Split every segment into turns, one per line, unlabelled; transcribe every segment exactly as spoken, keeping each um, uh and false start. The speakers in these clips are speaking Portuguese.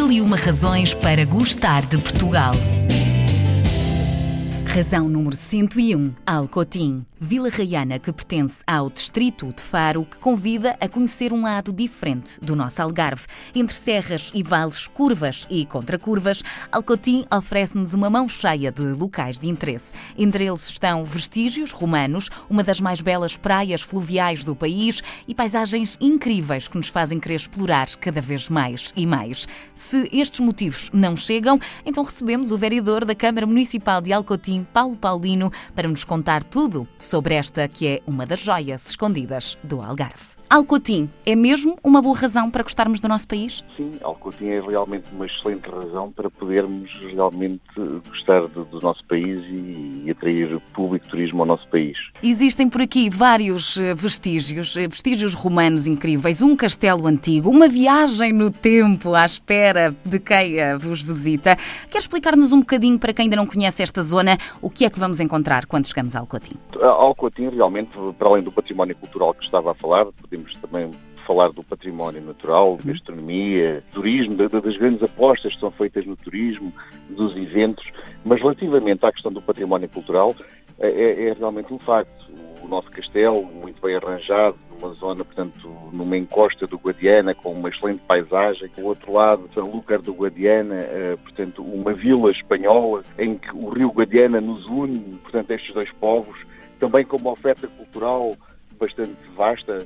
Mil e uma razões para gostar de Portugal. Razão número cento e um, Alcotim. Vila Raiana que pertence ao distrito de Faro, que convida a conhecer um lado diferente do nosso Algarve. Entre serras e vales, curvas e contracurvas, Alcotim oferece-nos uma mão cheia de locais de interesse. Entre eles estão vestígios romanos, uma das mais belas praias fluviais do país e paisagens incríveis que nos fazem querer explorar cada vez mais e mais. Se estes motivos não chegam, então recebemos o vereador da Câmara Municipal de Alcotim, Paulo Paulino, para nos contar tudo sobre esta que é uma das joias escondidas do Algarve. Alcotim é mesmo uma boa razão para gostarmos do nosso país?
Sim, Alcotim é realmente uma excelente razão para podermos realmente gostar do, do nosso país e, e atrair público turismo ao nosso país.
Existem por aqui vários vestígios, vestígios romanos incríveis, um castelo antigo, uma viagem no tempo à espera de quem vos visita. Quer explicar-nos um bocadinho, para quem ainda não conhece esta zona, o que é que vamos encontrar quando chegamos a Alcotim?
Alcotim, realmente, para além do património cultural que estava a falar, podemos também falar do património natural, da gastronomia, turismo, das grandes apostas que são feitas no turismo, dos eventos, mas relativamente à questão do património cultural, é, é realmente um facto. O nosso castelo, muito bem arranjado, numa zona, portanto, numa encosta do Guadiana, com uma excelente paisagem. Do outro lado, Sanlúcar do Guadiana, portanto, uma vila espanhola em que o rio Guadiana nos une, portanto, estes dois povos, também com uma oferta cultural bastante vasta.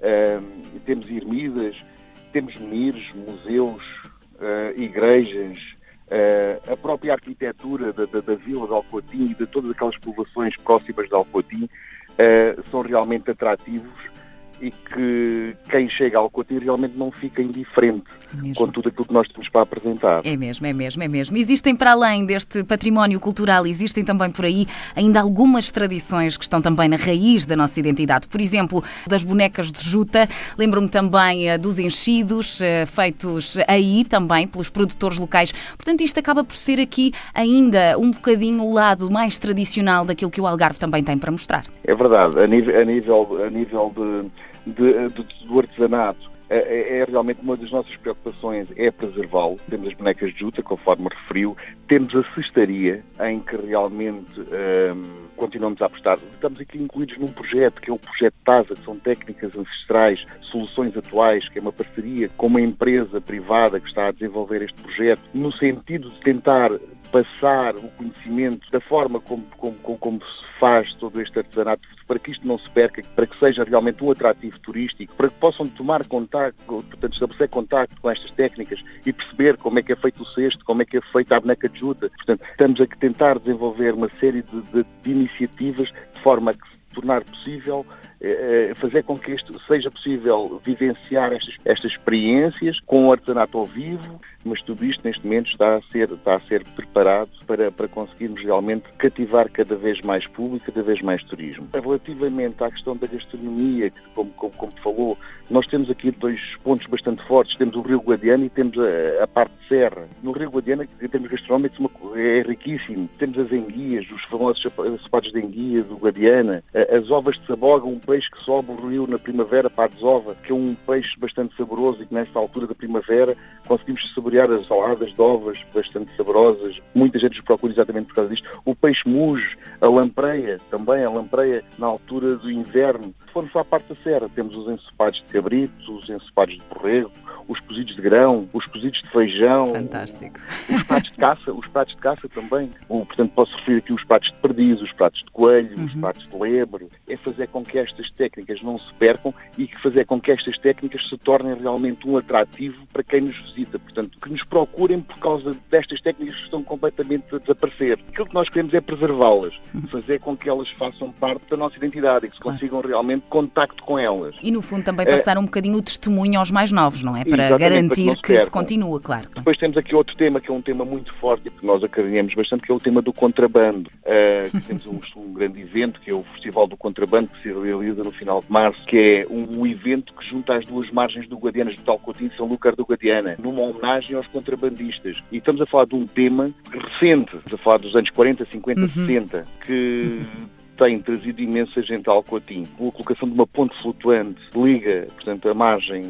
Uh, temos ermidas, temos menires, museus, uh, igrejas, uh, a própria arquitetura da, da, da vila de Alcotim e de todas aquelas povoações próximas de Alcotim uh, são realmente atrativos e que quem chega a Alcotim realmente não fica indiferente é com tudo aquilo que nós temos para apresentar.
É mesmo, é mesmo, é mesmo. Existem, para além deste património cultural, existem também por aí ainda algumas tradições que estão também na raiz da nossa identidade. Por exemplo, das bonecas de juta, lembro-me também uh, dos enchidos, uh, feitos aí também pelos produtores locais. Portanto, isto acaba por ser aqui ainda um bocadinho o lado mais tradicional daquilo que o Algarve também tem para mostrar.
É verdade, a nível, a nível, a nível de... De, de, do artesanato, é, é realmente uma das nossas preocupações, é preservá-lo. Temos as bonecas de juta, conforme referiu, temos a cestaria, em que realmente hum, continuamos a apostar. Estamos aqui incluídos num projeto, que é o projeto TASA, que são técnicas ancestrais, soluções atuais, que é uma parceria com uma empresa privada que está a desenvolver este projeto, no sentido de tentar passar o conhecimento da forma como, como, como, como se faz todo este artesanato, para que isto não se perca, para que seja realmente um atrativo turístico, para que possam tomar contacto, portanto, estabelecer contacto com estas técnicas e perceber como é que é feito o cesto, como é que é feita a boneca de juta. Portanto, estamos a tentar desenvolver uma série de, de, de iniciativas de forma a que se tornar possível, eh, fazer com que isto seja possível vivenciar estas, estas experiências com o artesanato ao vivo, mas tudo isto neste momento está a ser, está a ser preparado para, para conseguirmos realmente cativar cada vez mais público, cada vez mais turismo. Relativamente à questão da gastronomia, como, como, como falou, nós temos aqui dois pontos bastante fortes. Temos o Rio Guadiana e temos a, a parte de serra. No Rio Guadiana, em termos gastronómicos, é riquíssimo. Temos as enguias, os famosos sapatos de enguia do Guadiana, as ovas de saboga, um peixe que sobe o rio na primavera para a desova, que é um peixe bastante saboroso e que nesta altura da primavera conseguimos saborear as saladas de ovas bastante saborosas. Muita gente nos procura exatamente por causa disto. O peixe mujo, a lampreia, também a lampreia na altura do inverno. Se formos para a parte da serra, temos os ensopados de cabrito, os ensopados de borrego, os cozidos de grão, os cozidos de feijão.
Fantástico.
Os pratos de caça, os pratos de caça também. O, portanto, posso referir aqui os pratos de perdiz, os pratos de coelho, uhum. os pratos de lebre. É fazer com que estas técnicas não se percam e que fazer com que estas técnicas se tornem realmente um atrativo para quem nos visita. Portanto, que nos procurem por causa destas técnicas que estão completamente a desaparecer. Aquilo que nós queremos é preservá-las, uhum. fazer com que elas façam parte da nossa identidade e que se claro. consigam realmente contacto com elas.
E, no fundo, também passar é... um bocadinho o testemunho aos mais novos, não é? Para Exatamente, garantir para que, que se continua, claro.
Depois temos aqui outro tema, que é um tema muito forte e que nós acarinhamos bastante, que é o tema do contrabando. Uh, temos um, um grande evento, que é o Festival do Contrabando, que se realiza no final de março, que é um, um evento que junta as duas margens do Guadiana, do Alcotim e Sanlúcar do Guadiana, numa homenagem aos contrabandistas. E estamos a falar de um tema recente, estamos a falar dos anos quarenta, cinquenta, uhum. sessenta, que... tem trazido imensa gente a Alcotim. A colocação de uma ponte flutuante liga, portanto, a margem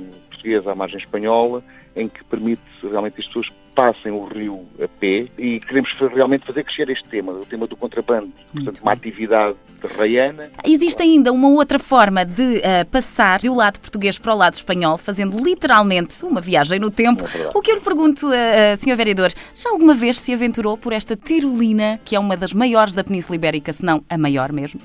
portuguesa à margem espanhola, em que permite realmente que as pessoas passem o rio a pé, e queremos realmente fazer crescer este tema, o tema do contrabando, portanto uma atividade terraiana.
Existe ainda uma outra forma de uh, passar do lado português para o lado espanhol, fazendo literalmente uma viagem no tempo.
É
O que eu lhe pergunto, uh, senhor Vereador, já alguma vez se aventurou por esta tirolina, que é uma das maiores da Península Ibérica, se não a maior mesmo?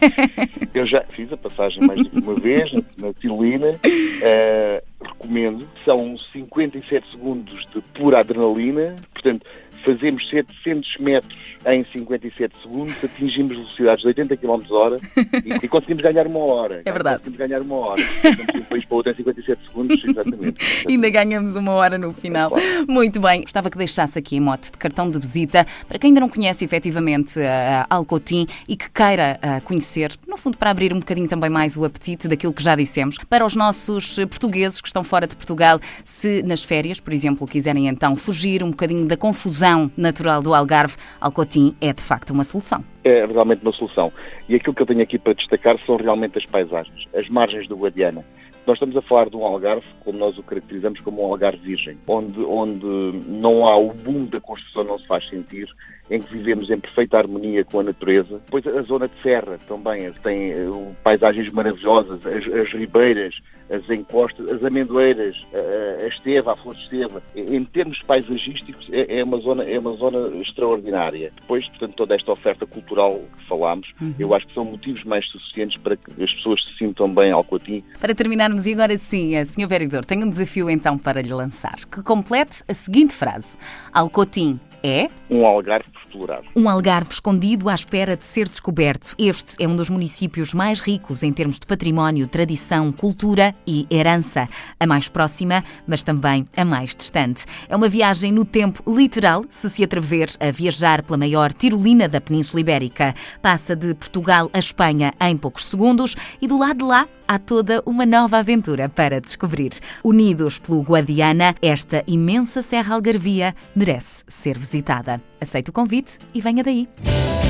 Eu já fiz a passagem mais do que uma vez na tirolina, uh, recomendo. São cinquenta e sete segundos de pura adrenalina, portanto fazemos setecentos metros em cinquenta e sete segundos, atingimos velocidades de oitenta quilómetros por hora e, e conseguimos ganhar uma hora.
É verdade.
Conseguimos ganhar uma hora. Estamos de um país para outro em cinquenta e sete segundos, exatamente.
Ainda ganhamos uma hora no final.
É claro.
Muito bem. Gostava que deixasse aqui em mote de cartão de visita para quem ainda não conhece efetivamente a Alcotim e que queira conhecer, no fundo para abrir um bocadinho também mais o apetite daquilo que já dissemos. Para os nossos portugueses que estão fora de Portugal, se nas férias, por exemplo, quiserem então fugir um bocadinho da confusão natural do Algarve, Alcotim é de facto uma solução.
É realmente uma solução. E aquilo que eu tenho aqui para destacar são realmente as paisagens, as margens do Guadiana. Nós estamos a falar de um Algarve, como nós o caracterizamos, como um Algarve virgem, onde, onde não há o boom da construção, não se faz sentir, em que vivemos em perfeita harmonia com a natureza. Depois a zona de serra também tem uh, paisagens maravilhosas, as, as ribeiras, as encostas, as amendoeiras, a, a esteva, a flor de esteva. Em termos paisagísticos é, é, uma zona, é uma zona extraordinária. Depois, portanto, toda esta oferta cultural que falámos, uhum. eu acho que são motivos mais suficientes para que as pessoas se sintam bem em Alcotim.
Para terminarmos, e agora sim, senhor Vereador, tenho um desafio então para lhe lançar, que complete a seguinte frase: Alcotim é...
um Algarve por explorar.
Um Algarve escondido à espera de ser descoberto. Este é um dos municípios mais ricos em termos de património, tradição, cultura e herança. A mais próxima, mas também a mais distante. É uma viagem no tempo literal, se se atrever a viajar pela maior tirolina da Península Ibérica. Passa de Portugal a Espanha em poucos segundos e do lado de lá há toda uma nova aventura para descobrir. Unidos pelo Guadiana, esta imensa Serra Algarvia merece ser visitada. Aceite o convite e venha daí.